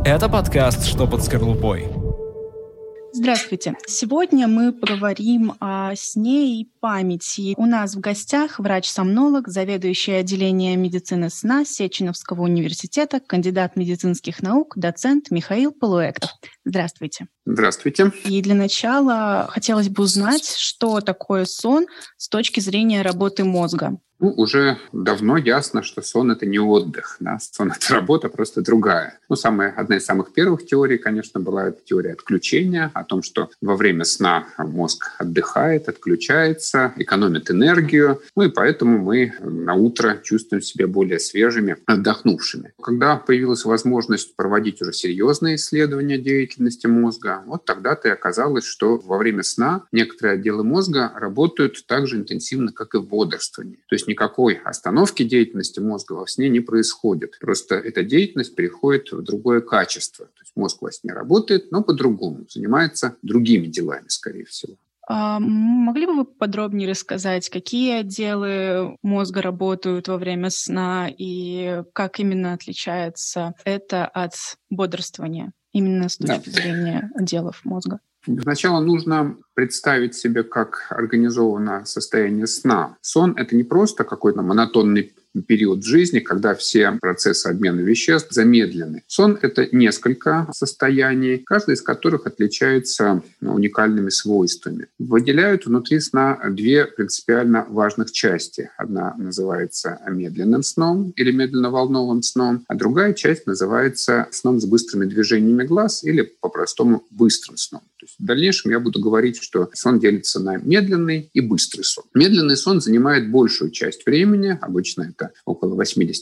Это подкаст «Что под скорлупой?». Здравствуйте. Сегодня мы поговорим о сне и памяти. У нас в гостях врач-сомнолог, заведующий отделением медицины сна Сеченовского университета, кандидат медицинских наук, доцент Михаил Полуэктов. Здравствуйте. Здравствуйте. И для начала хотелось бы узнать, что такое сон с точки зрения работы мозга. Уже давно ясно, что сон — это не отдых. Да? Сон — это работа, просто другая. Одна из самых первых теорий, конечно, была эта теория отключения, о том, что во время сна мозг отдыхает, отключается, экономит энергию, и поэтому мы на утро чувствуем себя более свежими, отдохнувшими. Когда появилась возможность проводить уже серьезные исследования деятельности мозга, вот тогда-то и оказалось, что во время сна некоторые отделы мозга работают так же интенсивно, как и в бодрствовании. То есть никакой остановки деятельности мозга во сне не происходит. Просто эта деятельность переходит в другое качество. То есть мозг во сне работает, но по-другому, занимается другими делами, скорее всего. Могли бы вы подробнее рассказать, какие отделы мозга работают во время сна и как именно отличается это от бодрствования, именно с точки зрения отделов мозга? Сначала нужно представить себе, как организовано состояние сна. Сон — это не просто какой-то монотонный период в жизни, когда все процессы обмена веществ замедлены. Сон — это несколько состояний, каждое из которых отличается уникальными свойствами. Выделяют внутри сна две принципиально важных части. Одна называется медленным сном или медленно-волновым сном, а другая часть называется сном с быстрыми движениями глаз или по-простому быстрым сном. То есть в дальнейшем я буду говорить, что сон делится на медленный и быстрый сон. Медленный сон занимает большую часть времени, обычно это около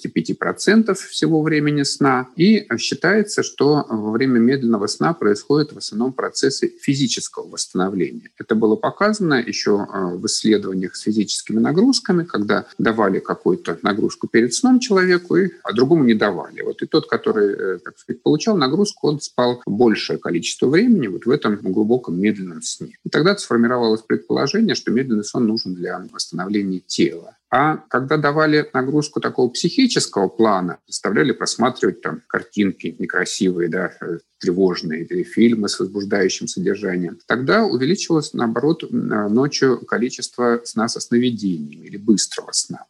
85% всего времени сна. И считается, что во время медленного сна происходят в основном процессы физического восстановления. Это было показано еще в исследованиях с физическими нагрузками, когда давали какую-то нагрузку перед сном человеку, а другому не давали. И тот, который, получал нагрузку, он спал большее количество времени в этом глубоком медленном сне. И тогда сформировалось предположение, что медленный сон нужен для восстановления тела. А когда давали нагрузку такого психического плана, заставляли просматривать картинки некрасивые, тревожные, или фильмы с возбуждающим содержанием, тогда увеличилось, наоборот, ночью количество сна со сновидениями или быстрого сна.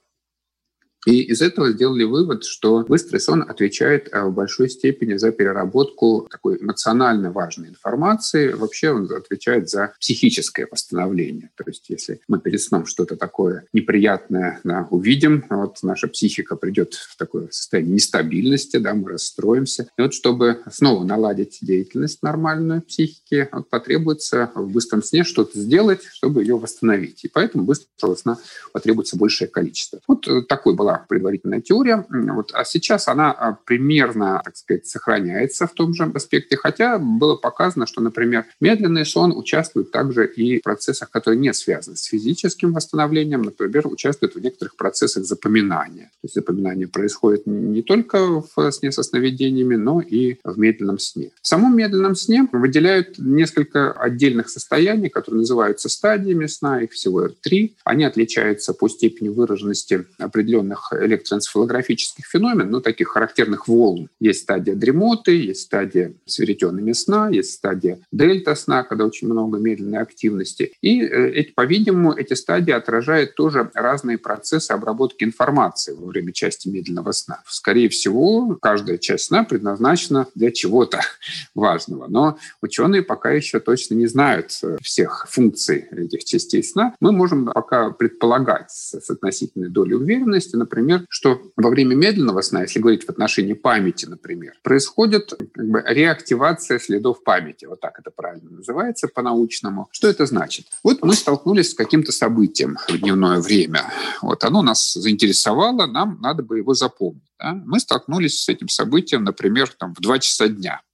И из этого сделали вывод, что быстрый сон отвечает в большой степени за переработку такой эмоционально важной информации. Вообще он отвечает за психическое восстановление. То есть если мы перед сном что-то такое неприятное увидим, наша психика придет в такое состояние нестабильности, мы расстроимся. И чтобы снова наладить деятельность нормальную психики, потребуется в быстром сне что-то сделать, чтобы ее восстановить. И поэтому быстрого сна потребуется большее количество. Такой была предварительная теория. А сейчас она примерно, сохраняется в том же аспекте, хотя было показано, что, например, медленный сон участвует также и в процессах, которые не связаны с физическим восстановлением, например, участвует в некоторых процессах запоминания. То есть запоминание происходит не только в сне со сновидениями, но и в медленном сне. В самом медленном сне выделяют несколько отдельных состояний, которые называются стадиями сна, их всего 3. Они отличаются по степени выраженности определенных электроэнцефалографических феноменов, таких характерных волн. Есть стадия дремоты, есть стадия с веретенами сна, есть стадия дельта сна, когда очень много медленной активности. И, по-видимому, эти стадии отражают тоже разные процессы обработки информации во время части медленного сна. Скорее всего, каждая часть сна предназначена для чего-то важного. Но ученые пока еще точно не знают всех функций этих частей сна. Мы можем пока предполагать с относительной долей уверенности, например, что во время медленного сна, если говорить в отношении памяти, например, происходит реактивация следов памяти. Так это правильно называется по-научному. Что это значит? Мы столкнулись с каким-то событием в дневное время. Оно нас заинтересовало, нам надо бы его запомнить. Мы столкнулись с этим событием, например, в 2 часа дня.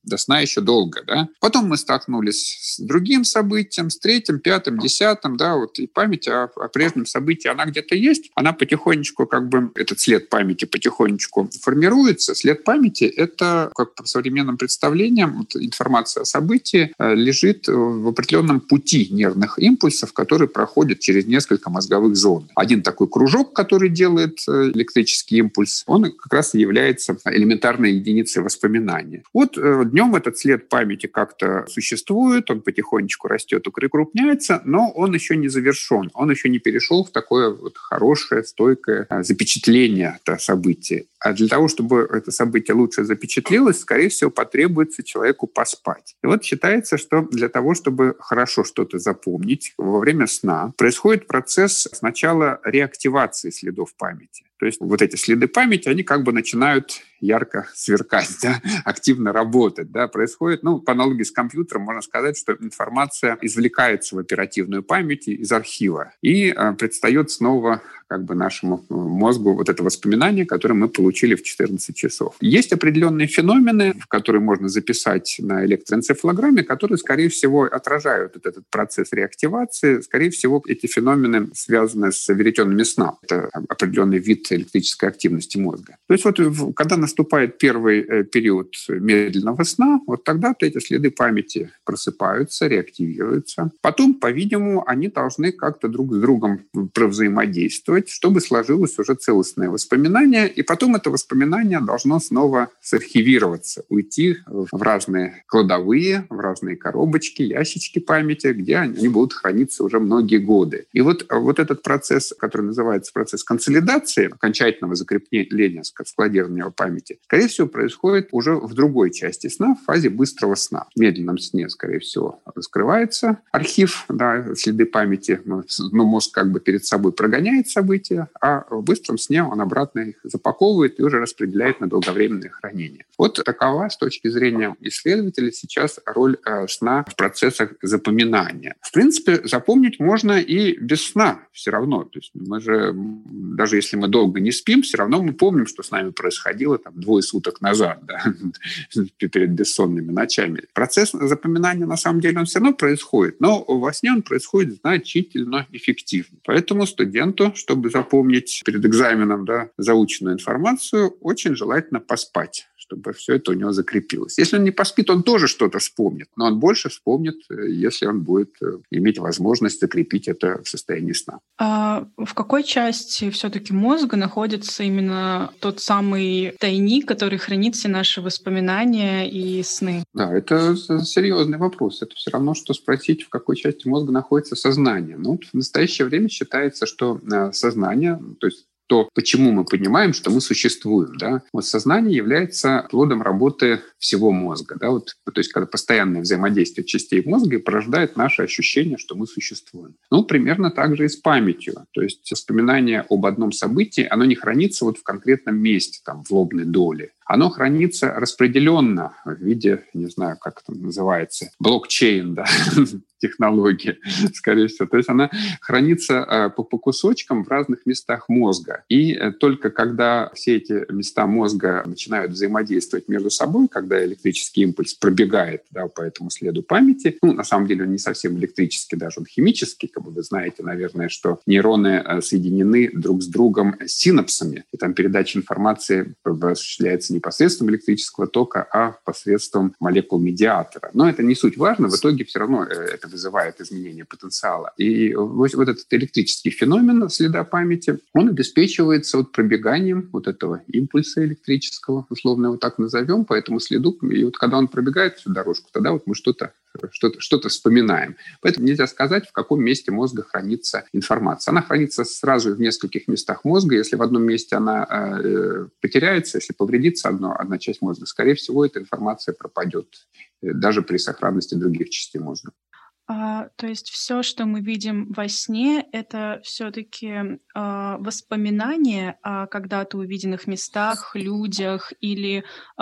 До сна еще долго, да. Потом мы столкнулись с другим событием, с третьим, пятым, десятым, да, вот, и память о прежнем событии, она где-то есть, она потихонечку, как бы, этот след памяти потихонечку формируется. След памяти — это, как по современным представлениям, вот, информация о событии лежит в определенном пути нервных импульсов, которые проходят через несколько мозговых зон. Один такой кружок, который делает электрический импульс, он как раз и является элементарной единицей воспоминания. Вот днем этот след памяти как-то существует, он потихонечку растет, укрупняется, но он еще не завершен, он еще не перешел в такое вот хорошее, стойкое запечатление этого события. А для того, чтобы это событие лучше запечатлелось, скорее всего, потребуется человеку поспать. И вот считается, что для того, чтобы хорошо что-то запомнить во время сна, происходит процесс сначала реактивации следов памяти. То есть вот эти следы памяти, они как бы начинают ярко сверкать, да, активно работать. Да. Происходит, по аналогии с компьютером, можно сказать, что информация извлекается в оперативную память из архива и предстает снова как бы нашему мозгу вот это воспоминание, которое мы получили в 14 часов. Есть определенные феномены, которые можно записать на электроэнцефалограмме, которые, скорее всего, отражают этот процесс реактивации. Скорее всего, эти феномены связаны с веретенами сна. Это определенный вид электрической активности мозга. То есть вот когда наступает первый период медленного сна, вот тогда-то эти следы памяти просыпаются, реактивируются. Потом, по-видимому, они должны как-то друг с другом взаимодействовать, чтобы сложилось уже целостное воспоминание, и потом это воспоминание должно снова сархивироваться, уйти в разные кладовые, в разные коробочки, ящички памяти, где они будут храниться уже многие годы. И вот этот процесс, который называется процесс консолидации, окончательного закрепления складирования памяти, скорее всего, происходит уже в другой части сна, в фазе быстрого сна. В медленном сне, скорее всего, раскрывается архив, да, следы памяти, мозг как бы перед собой прогоняет события, а в быстром сне он обратно их запаковывает и уже распределяет на долговременное хранение. Вот такова с точки зрения исследователей сейчас роль сна в процессах запоминания. В принципе, запомнить можно и без сна все равно. То есть мы же, даже если мы долго не спим, все равно мы помним, что с нами происходило 2 суток назад, да, перед бессонными ночами. Процесс запоминания, на самом деле, он все равно происходит, но во сне он происходит значительно эффективнее. Поэтому студенту, чтобы запомнить перед экзаменом, да, заученную информацию, очень желательно поспать, чтобы все это у него закрепилось. Если он не поспит, он тоже что-то вспомнит, но он больше вспомнит, если он будет иметь возможность закрепить это в состоянии сна. А в какой части все-таки мозга находится именно тот самый тайник, который хранит все наши воспоминания и сны? Да, это серьезный вопрос. Это все равно, что спросить, в какой части мозга находится сознание. В настоящее время считается, что сознание, то есть то, почему мы понимаем, что мы существуем. Да? Вот сознание является плодом работы всего мозга. Да? То есть когда постоянное взаимодействие частей мозга порождает наше ощущение, что мы существуем. Примерно так же и с памятью. То есть воспоминание об одном событии, оно не хранится в конкретном месте, в лобной доле. Оно хранится распределенно в виде, не знаю, как это называется, блокчейн, да, технологии, скорее всего. То есть она хранится по кусочкам в разных местах мозга. И только когда все эти места мозга начинают взаимодействовать между собой, когда электрический импульс пробегает, да, по этому следу памяти, на самом деле он не совсем электрический, даже он химический, как бы вы знаете, наверное, что нейроны соединены друг с другом синапсами, и там передача информации осуществляется не посредством электрического тока, а посредством молекул медиатора. Но это не суть важно, в итоге все равно это вызывает изменение потенциала. И вот этот электрический феномен следа памяти, он обеспечивается пробеганием этого импульса электрического, условно его так назовем, по этому следу. И когда он пробегает всю дорожку, тогда мы что-то вспоминаем. Поэтому нельзя сказать, в каком месте мозга хранится информация. Она хранится сразу в нескольких местах мозга. Если в одном месте она потеряется, если повредится одна часть мозга, скорее всего, эта информация пропадет даже при сохранности других частей мозга. То есть все, что мы видим во сне, это все-таки воспоминания о когда-то увиденных местах, людях, или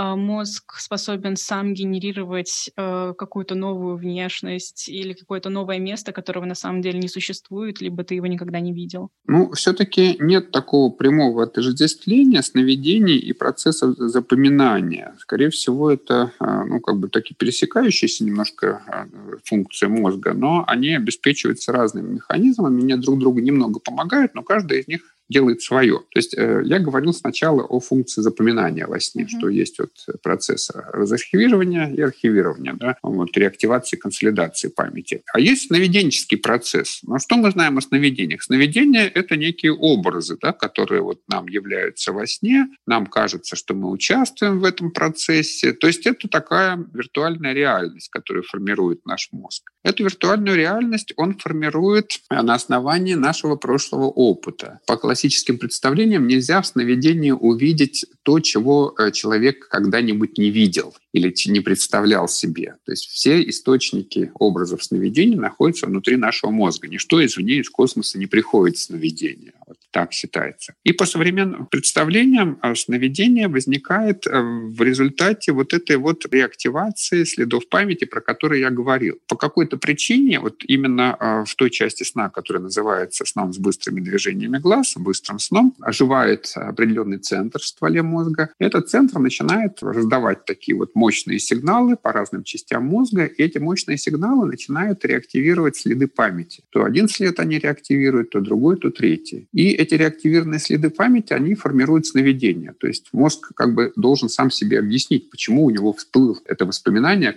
мозг способен сам генерировать какую-то новую внешность или какое-то новое место, которого на самом деле не существует, либо ты его никогда не видел? Все-таки нет такого прямого отождествления сновидений и процессов запоминания. Скорее всего, это такие пересекающиеся немножко функции мозга, но они обеспечиваются разными механизмами, они друг другу немного помогают, но каждый из них делает свое. То есть я говорил сначала о функции запоминания во сне, что есть процесс разархивирования и архивирования, реактивации, консолидации памяти. А есть сновиденческий процесс. Но что мы знаем о сновидениях? Сновидения — это некие образы, которые нам являются во сне. Нам кажется, что мы участвуем в этом процессе. То есть это такая виртуальная реальность, которая формирует наш мозг. Эту виртуальную реальность он формирует на основании нашего прошлого опыта. По классическим представлениям нельзя в сновидении увидеть то, чего человек когда-нибудь не видел или не представлял себе. То есть все источники образов сновидений находятся внутри нашего мозга. Ничто извне, из космоса не приходит в сновидение. Вот так считается. И по современным представлениям сновидение возникает в результате этой реактивации следов памяти, про которые я говорил. По какой-то причине, именно в той части сна, которая называется сном с быстрыми движениями глаз, быстрым сном, оживает определенный центр в стволе мозга. Этот центр начинает раздавать такие мощные сигналы по разным частям мозга, и эти мощные сигналы начинают реактивировать следы памяти. То один след они реактивируют, то другой, то третий. И эти реактивированные следы памяти, они формируют сновидение. То есть мозг должен сам себе объяснить, почему у него всплыло это воспоминание,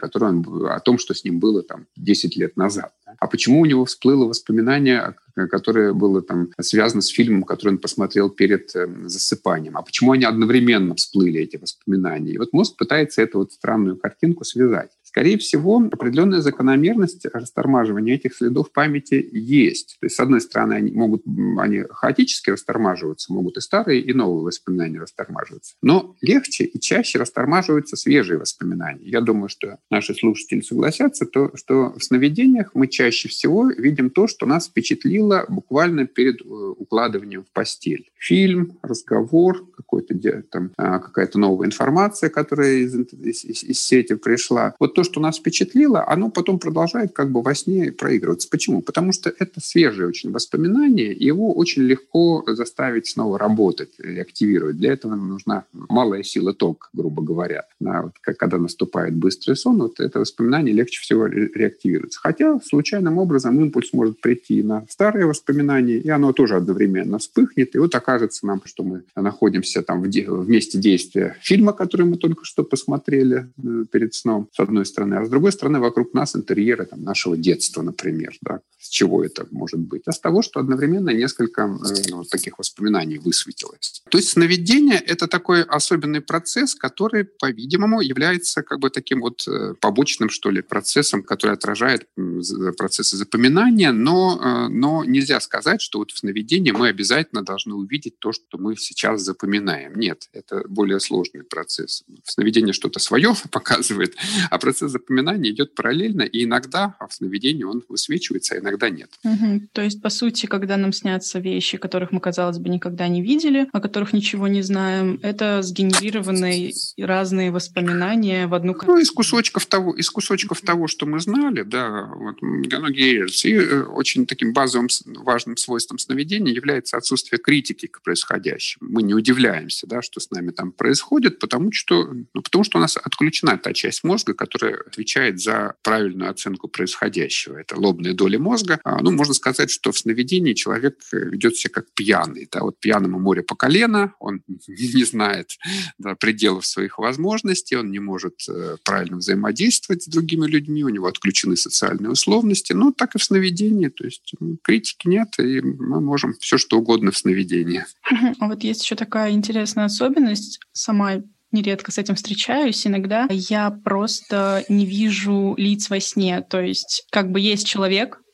о том, что с ним было 10 лет назад. А почему у него всплыло воспоминание, которое было связано с фильмом, который он посмотрел перед засыпанием. А почему они одновременно всплыли, эти воспоминания? И мозг пытается эту странную картинку связать. Скорее всего, определенная закономерность растормаживания этих следов памяти есть. То есть, с одной стороны, они хаотически растормаживаются, могут и старые, и новые воспоминания растормаживаться. Но легче и чаще растормаживаются свежие воспоминания. Я думаю, что наши слушатели согласятся, что в сновидениях мы чаще всего видим то, что нас впечатлило буквально перед укладыванием в постель. Фильм, разговор, какая-то новая информация, которая из сети пришла. То, что нас впечатлило, оно потом продолжает во сне проигрываться. Почему? Потому что это свежее очень воспоминание, и его очень легко заставить снова работать, активировать. Для этого нужна малая сила тока, грубо говоря. Когда наступает быстрый сон, это воспоминание легче всего реактивируется. Хотя случайным образом импульс может прийти на старые воспоминания, и оно тоже одновременно вспыхнет, и окажется нам, что мы находимся в месте действия фильма, который мы только что посмотрели перед сном, с одной стороны, а с другой стороны вокруг нас интерьеры нашего детства, например. С чего это может быть? А с того, что одновременно несколько таких воспоминаний высветилось. То есть сновидение — это такой особенный процесс, который, по-видимому, является таким побочным, процессом, который отражает процессы запоминания, но нельзя сказать, что в сновидении мы обязательно должны увидеть то, что мы сейчас запоминаем. Нет, это более сложный процесс. В сновидении что-то свое показывает, а процесс запоминания идет параллельно, и иногда в сновидении он высвечивается, а иногда нет. То есть, по сути, когда нам снятся вещи, которых мы, казалось бы, никогда не видели, о которых ничего не знаем, это сгенерированные разные воспоминания в одну картину. Из кусочков того, что мы знали, многие. И очень таким базовым важным свойством сновидения является отсутствие критики к происходящему. Мы не удивляемся, что с нами там происходит, потому что у нас отключена та часть мозга, которая отвечает за правильную оценку происходящего. Это лобные доли мозга. Можно сказать, что в сновидении человек ведет себя как пьяный. Пьяному море по колено, он не знает пределов своих возможностей, он не может правильно взаимодействовать с другими людьми, у него отключены социальные условности. Так и в сновидении. То есть критики нет, и мы можем все что угодно в сновидении. А есть еще такая интересная особенность, сама нередко с этим встречаюсь. Иногда я просто не вижу лиц во сне. То есть есть человек,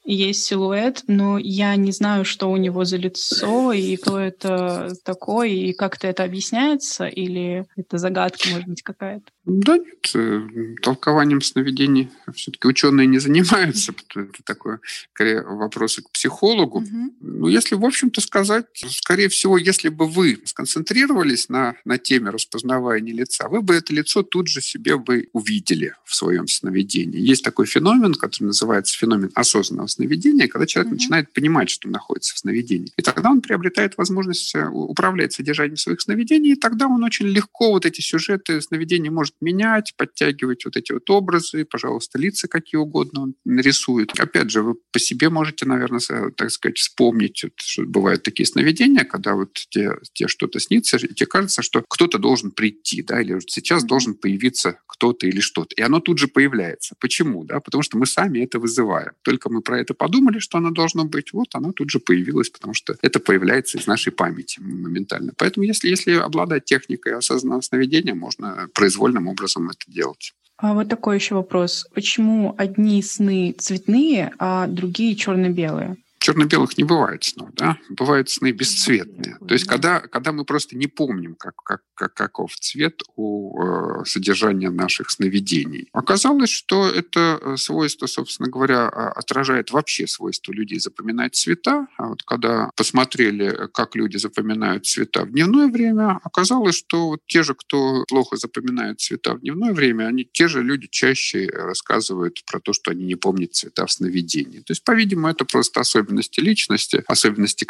есть силуэт, но я не знаю, что у него за лицо, и кто это такой, и как-то это объясняется, или это загадка, может быть, какая-то? Да нет, толкованием сновидений все-таки ученые не занимаются. Это такой, скорее, вопросы к психологу. Ну, если, в общем-то, сказать, скорее всего, если бы вы сконцентрировались на теме распознавания лица, вы бы это лицо тут же себе бы увидели в своем сновидении. Есть такой феномен, который называется феномен осознанного сновидения, когда человек начинает понимать, что он находится в сновидении. И тогда он приобретает возможность управлять содержанием своих сновидений, и тогда он очень легко вот эти сюжеты сновидений может менять, подтягивать вот эти вот образы, пожалуйста, лица какие угодно он нарисует. Опять же, вы по себе можете, наверное, так сказать, вспомнить, вот, что бывают такие сновидения, когда вот тебе что-то снится, и тебе кажется, что кто-то должен прийти, да, или вот сейчас должен появиться кто-то или что-то. И оно тут же появляется. Почему? Да? Потому что мы сами это вызываем. Только мы про это подумали, что оно должно быть, вот оно тут же появилось, потому что это появляется из нашей памяти моментально. Поэтому если обладать техникой осознанного сновидения, можно произвольным образом это делать. А вот такой еще вопрос. Почему одни сны цветные, а другие черно-белые? Черно-белых не бывает снов, да? Бывают сны бесцветные. То есть когда мы просто не помним, каков цвет у содержания наших сновидений. Оказалось, что это свойство, собственно говоря, отражает вообще свойство людей запоминать цвета. А вот когда посмотрели, как люди запоминают цвета в дневное время, оказалось, что вот те же, кто плохо запоминают цвета в дневное время, те же люди чаще рассказывают про то, что они не помнят цвета в сновидении. То есть, по-видимому, это просто особенности личности, особенности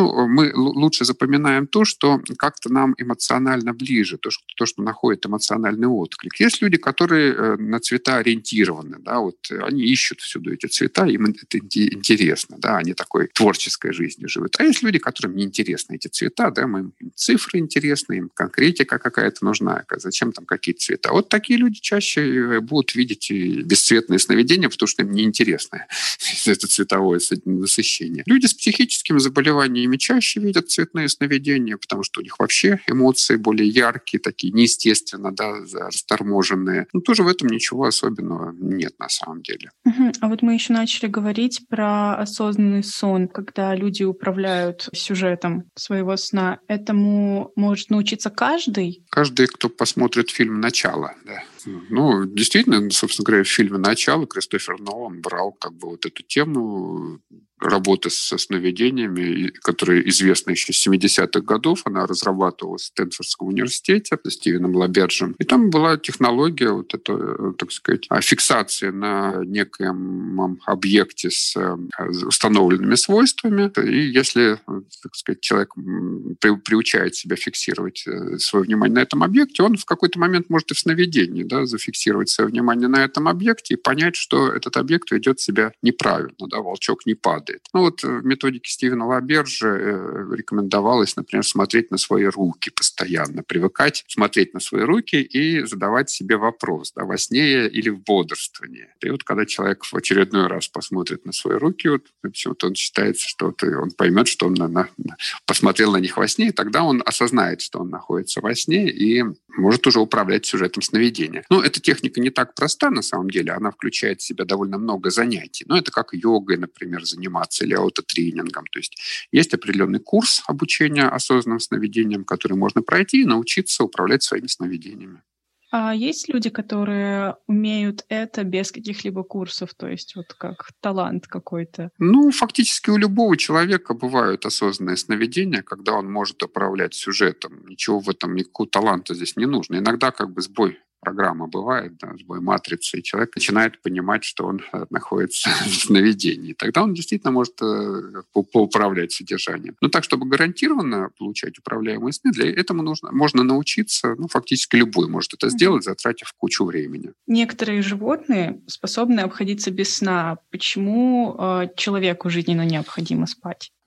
мы лучше запоминаем то, что как-то нам эмоционально ближе, то, что находит эмоциональный отклик. Есть люди, которые на цвета ориентированы, да, вот они ищут всюду эти цвета, им это интересно, да, они такой творческой жизнью живут. А есть люди, которым не интересны эти цвета, да, им цифры интересны, им конкретика какая-то нужна, зачем там какие-то цвета. Вот такие люди чаще будут видеть бесцветные сновидения, потому что им неинтересно это цветовое насыщение. Люди с психическими заболеваниями чаще видят цветные сновидения, потому что у них вообще эмоции более яркие, такие неестественно, да, расторможенные. Но тоже в этом ничего особенного нет на самом деле. А вот мы еще начали говорить про осознанный сон, когда люди управляют сюжетом своего сна. Этому может научиться каждый? Каждый, кто посмотрит фильм «Начало», да. Ну, действительно, собственно говоря, в фильме «Начало» Кристофер Нолан брал вот эту тему работы со сновидениями, которая известна еще с 70-х годов. Она разрабатывалась в Стэнфордском университете с Стивеном Лаберджем. И там была технология вот эта, так сказать, фиксации на некоем объекте с установленными свойствами. И если, так сказать, человек приучает себя фиксировать свое внимание на этом объекте, он в какой-то момент может и в сновидении, да, зафиксировать свое внимание на этом объекте и понять, что этот объект ведет себя неправильно, да, волчок не падает. Ну вот в методике Стивена Лаберджа рекомендовалось, например, смотреть на свои руки постоянно, привыкать смотреть на свои руки и задавать себе вопрос, да, во сне или в бодрствовании. И вот когда человек в очередной раз посмотрит на свои руки, вот он считается, что он поймет, что он посмотрел на них во сне, и тогда он осознает, что он находится во сне и может уже управлять сюжетом сновидения. Но эта техника не так проста на самом деле, она включает в себя довольно много занятий. Но это как йогой, например, заниматься или аутотренингом. То есть есть определенный курс обучения осознанным сновидениям, который можно пройти и научиться управлять своими сновидениями. А есть люди, которые умеют это без каких-либо курсов, то есть вот как талант какой-то? Ну, фактически у любого человека бывают осознанные сновидения, когда он может управлять сюжетом. Ничего в этом, никакого таланта здесь не нужно. Иногда сбой программа бывает, да, сбой матрицы, и человек начинает понимать, что он находится в сновидении. Тогда он действительно может поуправлять содержанием. Но так, чтобы гарантированно получать управляемые сны, для этого можно научиться, фактически любой может это сделать, затратив кучу времени. Некоторые животные способны обходиться без сна. Почему человеку жизненно необходимо спать?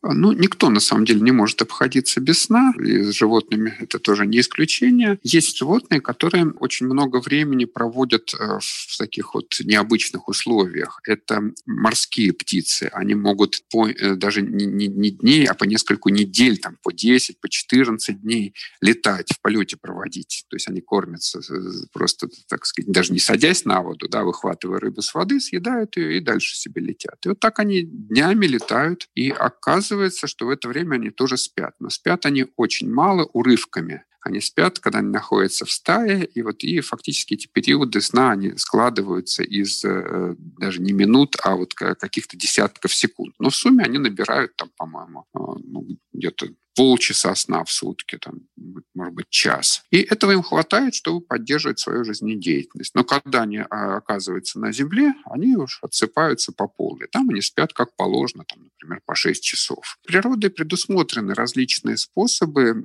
Никто, на самом деле, не может обходиться без сна, и с животными это тоже не исключение. Есть животные, которые очень много времени проводят в таких вот необычных условиях. Это морские птицы. Они могут даже не дней, а по нескольку недель, там, по 10, по 14 дней летать, в полете проводить. То есть они кормятся просто, так сказать, даже не садясь на воду, да, выхватывая рыбу с воды, съедают ее и дальше себе летят. И вот так они днями летают, и оказывается, что в это время они тоже спят. Но спят они очень мало, урывками. Они спят, когда они находятся в стае, и фактически эти периоды сна, они складываются из даже не минут, а вот каких-то десятков секунд. Но в сумме они набирают, там, по-моему, где-то полчаса сна в сутки, там, может быть, час. И этого им хватает, чтобы поддерживать свою жизнедеятельность. Но когда они оказываются на Земле, они уж отсыпаются по полной. Там они спят как положено, там, например, по 6 часов. Природой предусмотрены различные способы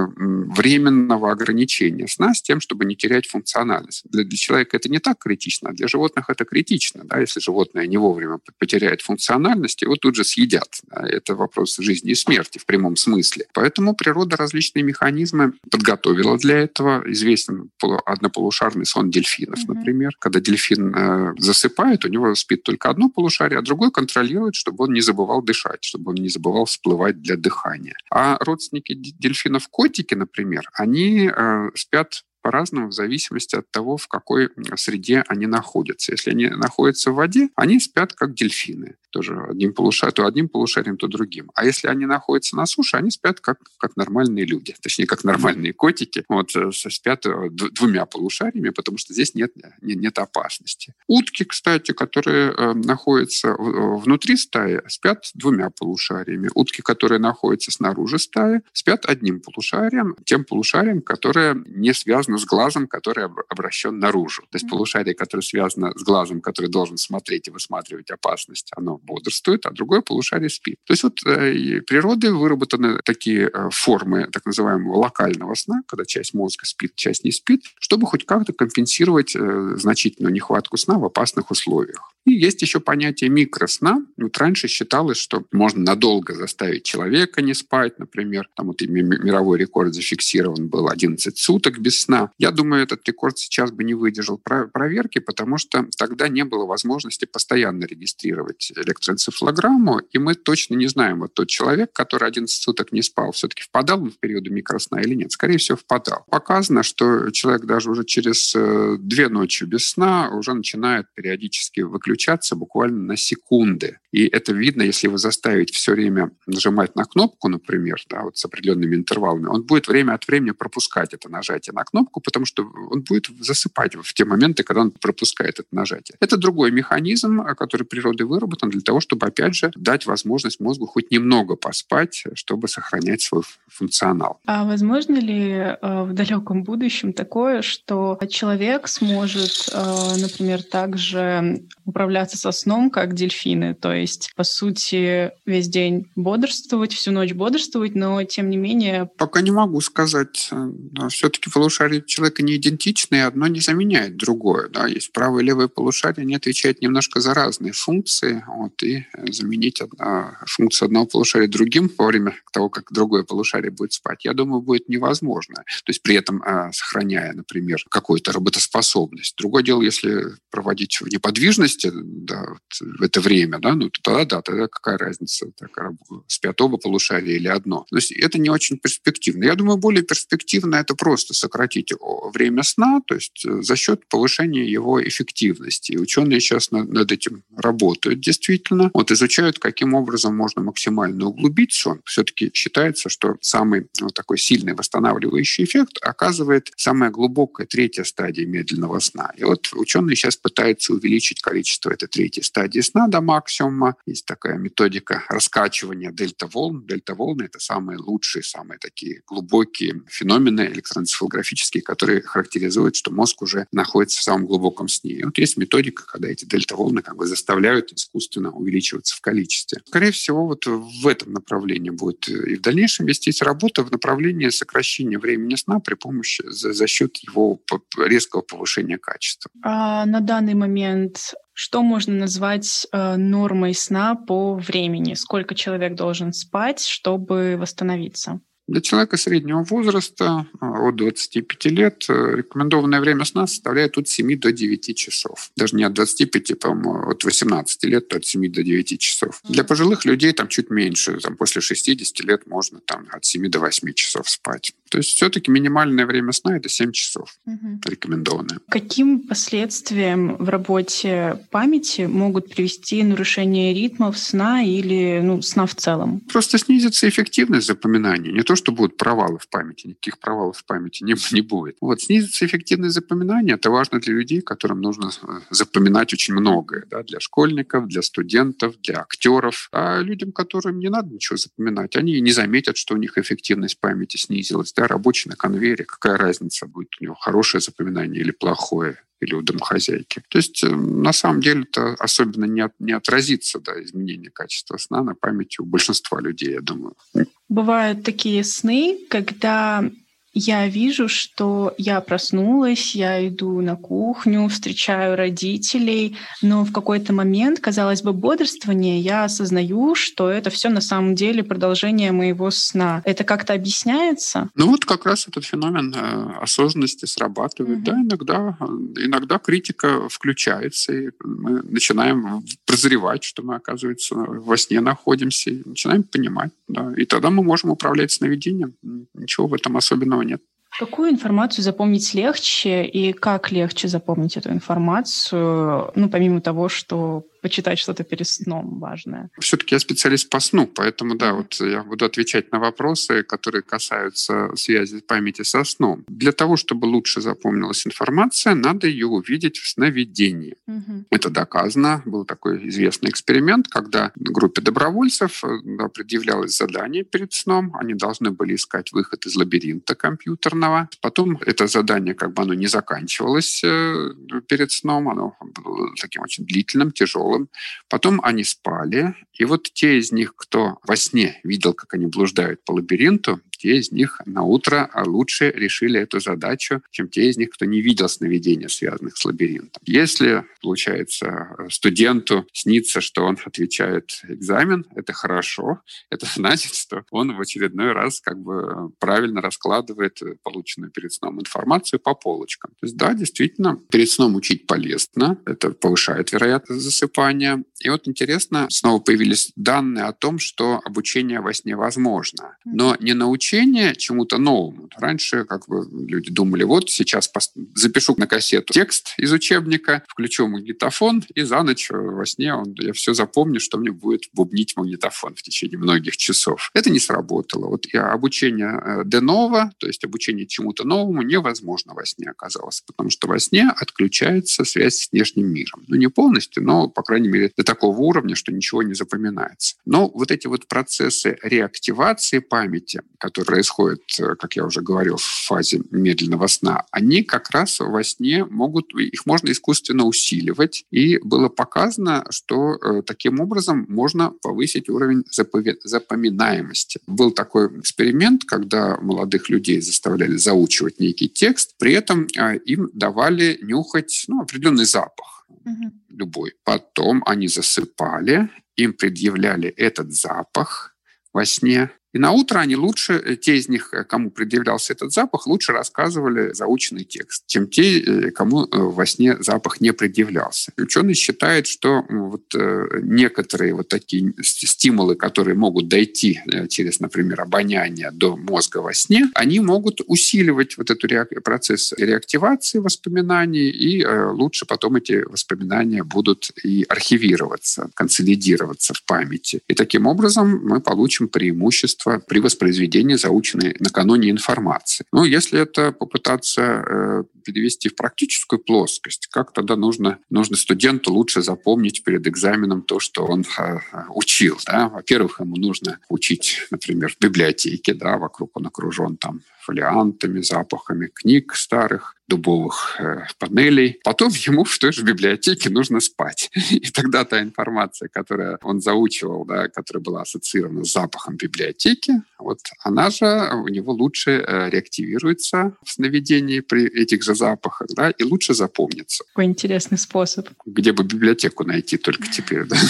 временного ограничения сна с тем, чтобы не терять функциональность. Для человека это не так критично, а для животных это критично. Да? Если животное не вовремя потеряет функциональность, его тут же съедят. Да? Это вопрос жизни и смерти в прямом смысле. Поэтому природа различные механизмы подготовила для этого. Известен однополушарный сон дельфинов, например. Когда дельфин засыпает, у него спит только одно полушарие, а другой контролирует, чтобы он не забывал дышать, чтобы он не забывал всплывать для дыхания. А родственники дельфинов, котики, например, они спят по-разному в зависимости от того, в какой среде они находятся. Если они находятся в воде, они спят как дельфины. Тоже то одним полушарием, то другим. А если они находятся на суше, они спят как нормальные люди. Точнее, как нормальные котики. Спят двумя полушариями, потому что здесь нет опасности. Утки, кстати, которые находятся внутри стаи, спят двумя полушариями. Утки, которые находятся снаружи стаи, спят одним полушарием, тем полушарием, которое не связано с глазом, который обращен наружу. То есть полушарие, которое связано с глазом, который должен смотреть и высматривать опасность, оно бодрствует, а другое полушарие спит. То есть природой выработаны такие формы так называемого локального сна, когда часть мозга спит, часть не спит, чтобы хоть как-то компенсировать значительную нехватку сна в опасных условиях. И есть еще понятие микросна. Раньше считалось, что можно надолго заставить человека не спать, например. Там мировой рекорд зафиксирован был 11 суток без сна. Я думаю, этот рекорд сейчас бы не выдержал проверки, потому что тогда не было возможности постоянно регистрировать электроэнцефалограмму, и мы точно не знаем, вот тот человек, который 11 суток не спал, все-таки впадал он в периоды микросна или нет. Скорее всего, впадал. Показано, что человек даже уже через 2 ночи без сна уже начинает периодически выключаться буквально на секунды. И это видно, если его заставить все время нажимать на кнопку, например, да, вот с определенными интервалами, он будет время от времени пропускать это нажатие на кнопку, потому что он будет засыпать в те моменты, когда он пропускает это нажатие. Это другой механизм, который природой выработан для того, чтобы, опять же, дать возможность мозгу хоть немного поспать, чтобы сохранять свой функционал. А возможно ли в далеком будущем такое, что человек сможет, например, также управляться со сном, как дельфины? То есть, по сути, весь день бодрствовать, всю ночь бодрствовать, но, тем не менее... Пока не могу сказать. Все-таки полушария человека не идентичны, и одно не заменяет другое. Да? Есть правое и левое полушарие, они отвечают немножко за разные функции. И заменить функцию одного полушария другим во время того, как другое полушарие будет спать, я думаю, будет невозможно. То есть при этом сохраняя, например, какую-то работоспособность. Другое дело, если проводить в неподвижности в это время, тогда какая разница, спят оба полушария или одно. То есть это не очень перспективно. Я думаю, более перспективно это просто сократить время сна, то есть за счет повышения его эффективности. И ученые сейчас над этим работают действительно. Изучают, каким образом можно максимально углубить сон. Все-таки считается, что самый такой сильный восстанавливающий эффект оказывает самая глубокая 3-я стадия медленного сна. И ученые сейчас пытаются увеличить количество этой 3-й стадии сна до максимума. Есть такая методика раскачивания дельта-волн. Дельта-волны — это самые лучшие, самые такие глубокие феномены электроэнцефалографические, которые характеризуют, что мозг уже находится в самом глубоком сне. И есть методика, когда эти дельта-волны заставляют искусственно увеличиваться в количестве. Скорее всего, в этом направлении будет и в дальнейшем вестись работа в направлении сокращения времени сна при помощи за счет его резкого повышения качества. А на данный момент Что можно назвать нормой сна по времени? Сколько человек должен спать, чтобы восстановиться? Для человека среднего возраста от 25 лет рекомендованное время сна составляет от 7 до 9 часов. Даже не от 25, по-моему, от 18 лет, то от 7 до 9 часов. Для пожилых людей там чуть меньше. Там, после 60 лет можно там, от 7 до 8 часов спать. То есть все-таки минимальное время сна — это 7 часов рекомендованное. Каким последствиям в работе памяти могут привести нарушение ритмов сна или сна в целом? Просто снизится эффективность запоминания. Не то, что будут провалы в памяти, никаких провалов в памяти не будет. Снизится эффективность запоминания. Это важно для людей, которым нужно запоминать очень многое. Да? Для школьников, для студентов, для актеров. А людям, которым не надо ничего запоминать, они не заметят, что у них эффективность памяти снизилась. Да? Рабочий на конвейере, какая разница, будет у него хорошее запоминание или плохое, или у домохозяйки. То есть, на самом деле, это особенно не отразится, изменение качества сна на памяти у большинства людей, я думаю. Бывают такие сны, когда я вижу, что я проснулась, я иду на кухню, встречаю родителей, но в какой-то момент, казалось бы, бодрствования, я осознаю, что это все на самом деле продолжение моего сна. Это как-то объясняется? Как раз этот феномен осознанности срабатывает. Да, иногда критика включается, и мы начинаем прозревать, что мы, оказывается, во сне находимся, и начинаем понимать. Да, и тогда мы можем управлять сновидением. Ничего в этом особенного нет. Какую информацию запомнить легче и как легче запомнить эту информацию, помимо того, что почитать что-то перед сном важное? Все-таки я специалист по сну, поэтому я буду отвечать на вопросы, которые касаются связи памяти со сном. Для того, чтобы лучше запомнилась информация, надо ее увидеть в сновидении. Это доказано. Был такой известный эксперимент, когда группе добровольцев предъявлялось задание перед сном. Они должны были искать выход из лабиринта компьютерного. Потом это задание оно не заканчивалось перед сном. Оно было таким очень длительным, тяжелым. Потом они спали, и те из них, кто во сне видел, как они блуждают по лабиринту, те из них на утро лучше решили эту задачу, чем те из них, кто не видел сновидений, связанных с лабиринтом. Если, получается, студенту снится, что он отвечает экзамен, это хорошо. Это значит, что он в очередной раз правильно раскладывает полученную перед сном информацию по полочкам. То есть, действительно, перед сном учить полезно. Это повышает вероятность засыпания. И интересно, снова появились данные о том, что обучение во сне возможно. Но не научение чему-то новому. Раньше люди думали, сейчас запишу на кассету текст из учебника, включу магнитофон, и за ночь во сне я все запомню, что мне будет бубнить магнитофон в течение многих часов. Это не сработало. И обучение de novo, то есть обучение чему-то новому, невозможно во сне оказалось, потому что во сне отключается связь с внешним миром. Не полностью, но, по крайней мере, до такого уровня, что ничего не запоминается. Но эти процессы реактивации памяти, которые происходят, как я уже говорил, в фазе медленного сна, они как раз во сне их можно искусственно усиливать. И было показано, что таким образом можно повысить уровень запоминаемости. Был такой эксперимент, когда молодых людей заставляли заучивать некий текст, при этом им давали нюхать определенный запах. Любой. Потом они засыпали, им предъявляли этот запах во сне. И на утро они лучше, те из них, кому предъявлялся этот запах, лучше рассказывали заученный текст, чем те, кому во сне запах не предъявлялся. И ученые считают, что некоторые такие стимулы, которые могут дойти через, например, обоняние до мозга во сне, они могут усиливать этот процесс реактивации воспоминаний, и лучше потом эти воспоминания будут и архивироваться, консолидироваться в памяти. И таким образом мы получим преимущество при воспроизведении заученной накануне информации. Если это попытаться перевести в практическую плоскость, как тогда нужно студенту лучше запомнить перед экзаменом то, что он учил. Да? Во-первых, ему нужно учить, например, в библиотеке, вокруг он окружен фолиантами, запахами книг старых, дубовых панелей. Потом ему в той же библиотеке нужно спать. И тогда та информация, которую он заучивал, да, которая была ассоциирована с запахом библиотеки, вот она же у него лучше реактивируется в сновидении при этих же запахах, да, и лучше запомнится. Какой интересный способ. Где бы библиотеку найти только теперь, да?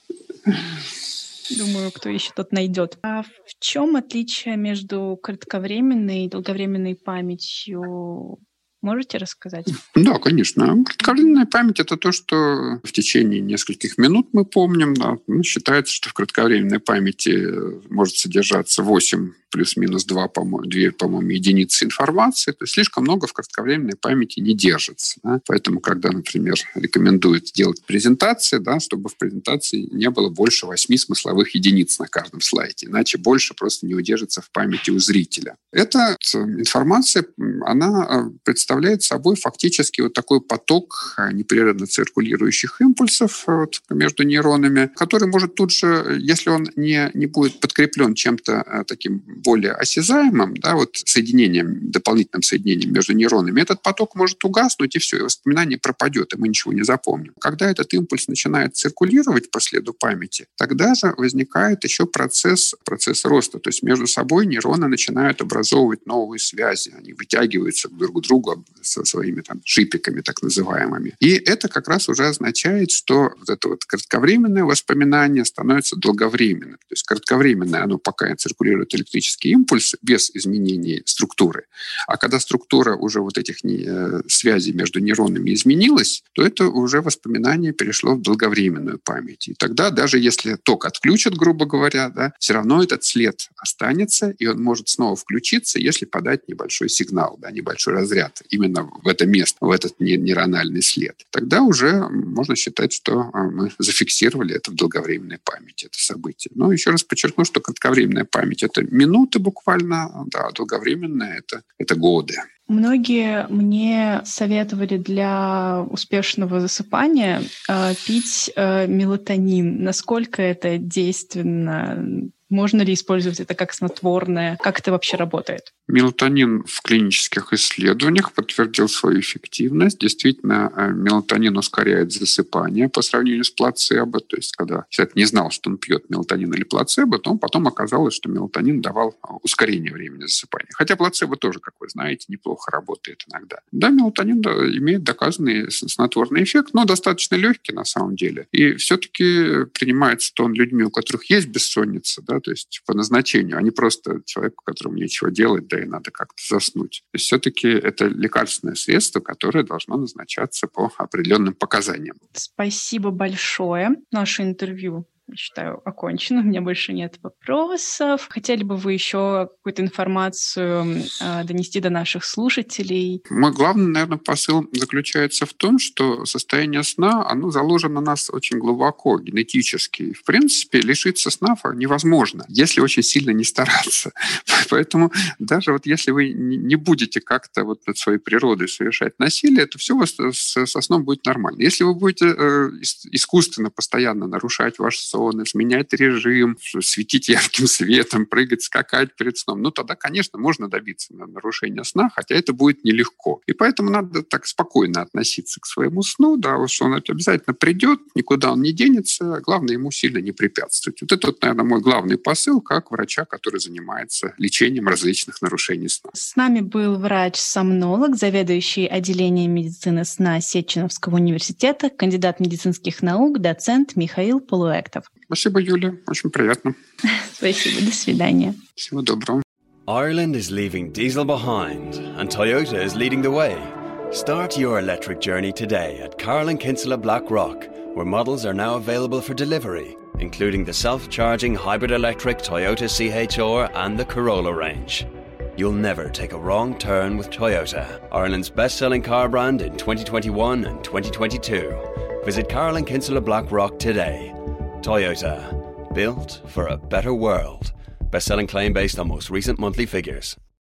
Думаю, кто ищет, тот найдет. А в чем отличие между кратковременной и долговременной памятью? Можете рассказать? Да, конечно. Кратковременная память — это то, что в течение нескольких минут мы помним. Да. Считается, что в кратковременной памяти может содержаться 8 плюс-минус 2, по-моему, единицы информации. То есть слишком много в кратковременной памяти не держится. Да. Поэтому, когда, например, рекомендуют делать презентации, да, чтобы в презентации не было больше 8 смысловых единиц на каждом слайде, иначе больше просто не удержится в памяти у зрителя. Эта информация, она представляет собой фактически вот такой поток непрерывно циркулирующих импульсов вот между нейронами, который может тут же, если он не будет подкреплен чем-то таким более осязаемым, да, вот соединением, дополнительным соединением между нейронами, этот поток может угаснуть, и все, и воспоминание пропадет, и мы ничего не запомним. Когда этот импульс начинает циркулировать по следу памяти, тогда же возникает еще процесс роста. То есть между собой нейроны начинают образовывать новые связи, они вытягиваются друг к другу со своими там шипиками так называемыми. И это как раз уже означает, что вот это вот кратковременное воспоминание становится долговременным. То есть кратковременное, оно пока циркулирует электрический импульс без изменения структуры. А когда структура уже вот этих связей между нейронами изменилась, то это уже воспоминание перешло в долговременную память. И тогда даже если ток отключат, грубо говоря, да, все равно этот след останется, и он может снова включиться, если подать небольшой сигнал, да, небольшой разряд именно в это место, в этот нейрональный след. Тогда уже можно считать, что мы зафиксировали это в долговременной памяти, это событие. Но еще раз подчеркну, что кратковременная память — это минуты буквально, да, а долговременная — это годы. Многие мне советовали для успешного засыпания пить мелатонин. Насколько это действенно? Можно ли использовать это как снотворное? Как это вообще работает? Мелатонин в клинических исследованиях подтвердил свою эффективность. Действительно, мелатонин ускоряет засыпание по сравнению с плацебо. То есть, когда человек не знал, что он пьет мелатонин или плацебо, то потом оказалось, что мелатонин давал ускорение времени засыпания. Хотя плацебо тоже, как вы знаете, неплохо работает иногда. Да, мелатонин имеет доказанный снотворный эффект, но достаточно легкий на самом деле. И все-таки принимается он людьми, у которых есть бессонница, да, то есть по назначению, а не просто человеку, которому нечего делать, да и надо как-то заснуть. То есть все-таки это лекарственное средство, которое должно назначаться по определенным показаниям. Спасибо большое. Наше интервью, я считаю, окончено. У меня больше нет вопросов. Хотели бы вы еще какую-то информацию донести до наших слушателей? Мой главный, наверное, посыл заключается в том, что состояние сна, оно заложено в нас очень глубоко, генетически. В принципе, лишиться сна невозможно, если очень сильно не стараться. Поэтому даже вот если вы не будете как-то вот над своей природой совершать насилие, то все у вас со сном будет нормально. Если вы будете искусственно постоянно нарушать ваш сон, изменять режим, светить ярким светом, прыгать, скакать перед сном, ну тогда, конечно, можно добиться нарушения сна, хотя это будет нелегко. И поэтому надо так спокойно относиться к своему сну, да, что он обязательно придет, никуда он не денется, главное ему сильно не препятствовать. Вот это, наверное, мой главный посыл как врача, который занимается лечением различных нарушений сна. С нами был врач-сомнолог, заведующий отделением медицины сна Сеченовского университета, кандидат медицинских наук, доцент Михаил Полуэктов. Спасибо, Юля. Очень приятно. Спасибо. До свидания. Всего доброго. Ireland is leaving diesel behind and Toyota is leading the way. Start your electric journey today at Carl and Kinsella Blackrock, where models are now available for delivery, including the self-charging hybrid electric Toyota CHR and the Corolla range. You'll never take a wrong turn with Toyota, Ireland's best-selling car brand in 2021 and 2022. Visit Carl and Kinsella Blackrock today. Toyota, built for a better world. Best-selling claim based on most recent monthly figures.